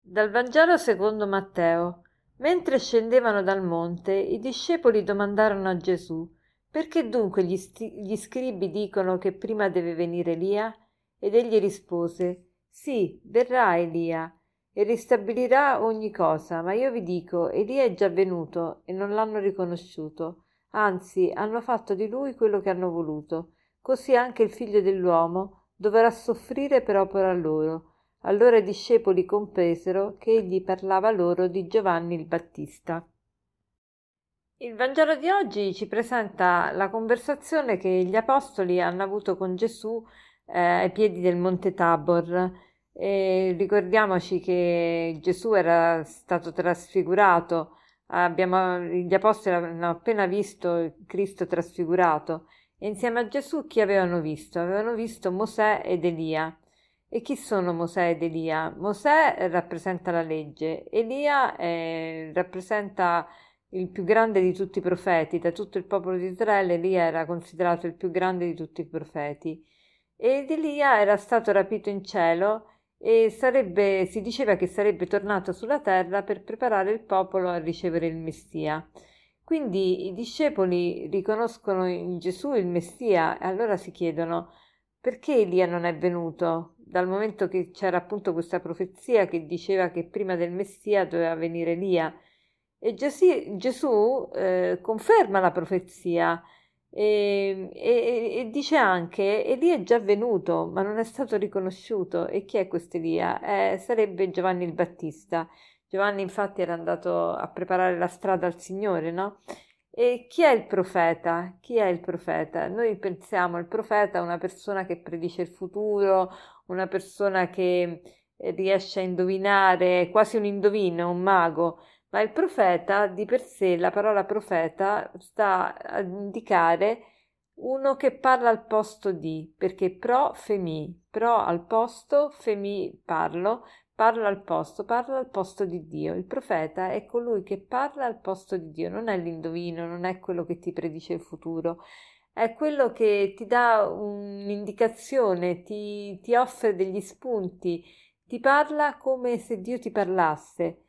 Dal Vangelo secondo Matteo. Mentre scendevano dal monte, i discepoli domandarono a Gesù: Perché dunque gli scribi dicono che prima deve venire Elia? Ed egli rispose: Sì, verrà Elia e ristabilirà ogni cosa, ma io vi dico, Elia è già venuto e non l'hanno riconosciuto. Anzi, hanno fatto di lui quello che hanno voluto. Così anche il figlio dell'uomo dovrà soffrire per opera loro. Allora i discepoli compresero che egli parlava loro di Giovanni il Battista. Il Vangelo di oggi ci presenta la conversazione che gli apostoli hanno avuto con Gesù ai piedi del Monte Tabor. E ricordiamoci che Gesù era stato trasfigurato, gli apostoli hanno appena visto Cristo trasfigurato e insieme a Gesù chi avevano visto? Avevano visto Mosè ed Elia. E chi sono Mosè ed Elia? Mosè rappresenta la legge, Elia rappresenta il più grande di tutti i profeti. Da tutto il popolo di Israele Elia era considerato il più grande di tutti i profeti. Ed Elia era stato rapito in cielo e si diceva che sarebbe tornato sulla terra per preparare il popolo a ricevere il Messia. Quindi i discepoli riconoscono in Gesù il Messia e allora si chiedono: perché Elia non è venuto? Dal momento che c'era appunto questa profezia che diceva che prima del Messia doveva venire Elia. E Gesù conferma la profezia e dice anche: Elia è già venuto, ma non è stato riconosciuto. E chi è questo Elia? Sarebbe Giovanni il Battista. Giovanni infatti era andato a preparare la strada al Signore, no? E chi è il profeta? Chi è il profeta? Noi pensiamo al profeta a una persona che predice il futuro, una persona che riesce a indovinare, quasi un indovino, un mago, ma il profeta di per sé, la parola profeta sta a indicare uno che parla al posto di, perché femi, pro al posto, femi parla al posto di Dio. Il profeta è colui che parla al posto di Dio, non è l'indovino, non è quello che ti predice il futuro, è quello che ti dà un'indicazione, ti offre degli spunti, ti parla come se Dio ti parlasse.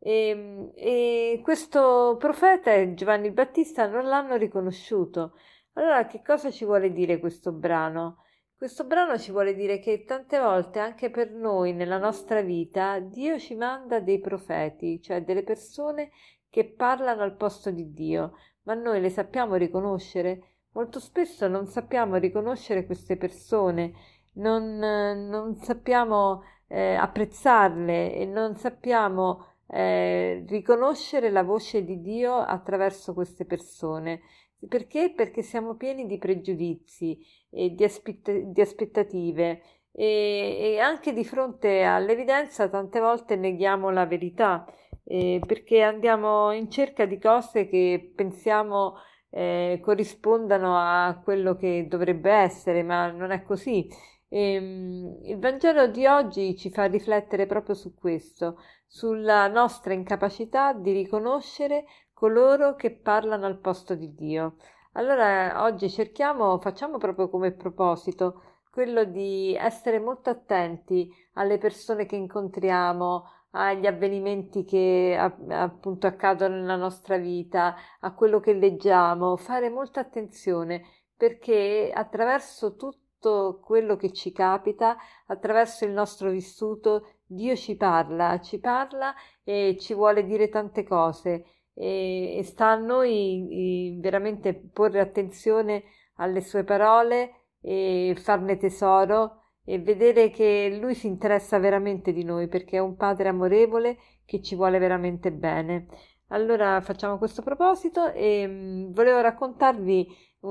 E questo profeta e Giovanni il Battista non l'hanno riconosciuto. Allora, che cosa ci vuole dire questo brano? Questo brano ci vuole dire che tante volte anche per noi nella nostra vita Dio ci manda dei profeti, cioè delle persone che parlano al posto di Dio, ma noi le sappiamo riconoscere? Molto spesso non sappiamo riconoscere queste persone, non sappiamo apprezzarle e non sappiamo riconoscere la voce di Dio attraverso queste persone. Perché? Perché siamo pieni di pregiudizi e di aspettative e anche di fronte all'evidenza tante volte neghiamo la verità perché andiamo in cerca di cose che pensiamo corrispondano a quello che dovrebbe essere, ma non è così. Il Vangelo di oggi ci fa riflettere proprio su questo, sulla nostra incapacità di riconoscere coloro che parlano al posto di Dio. Allora, oggi facciamo proprio come proposito quello di essere molto attenti alle persone che incontriamo, agli avvenimenti che appunto accadono nella nostra vita, a quello che leggiamo, fare molta attenzione perché attraverso tutto quello che ci capita, attraverso il nostro vissuto, Dio ci parla e ci vuole dire tante cose e sta a noi veramente porre attenzione alle sue parole e farne tesoro e vedere che lui si interessa veramente di noi perché è un padre amorevole che ci vuole veramente bene. Allora facciamo questo proposito e volevo raccontarvi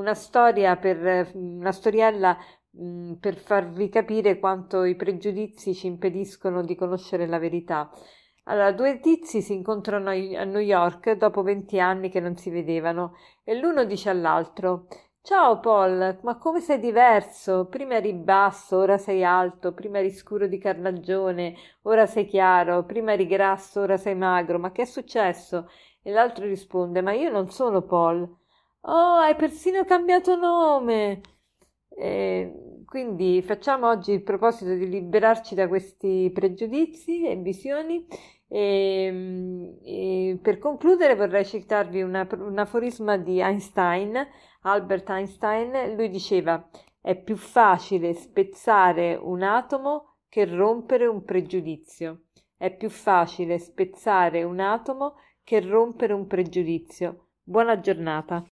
una storiella per farvi capire quanto i pregiudizi ci impediscono di conoscere la verità. Allora, due tizi si incontrano a New York dopo 20 anni che non si vedevano e l'uno dice all'altro: Ciao Paul, ma come sei diverso? Prima eri basso, ora sei alto, prima eri scuro di carnagione, ora sei chiaro, prima eri grasso, ora sei magro, ma che è successo? E l'altro risponde: Ma io non sono Paul. Oh, hai persino cambiato nome! Quindi facciamo oggi il proposito di liberarci da questi pregiudizi e visioni. E per concludere vorrei citarvi un aforisma di Einstein, Albert Einstein. Lui diceva: è più facile spezzare un atomo che rompere un pregiudizio. È più facile spezzare un atomo che rompere un pregiudizio. Buona giornata.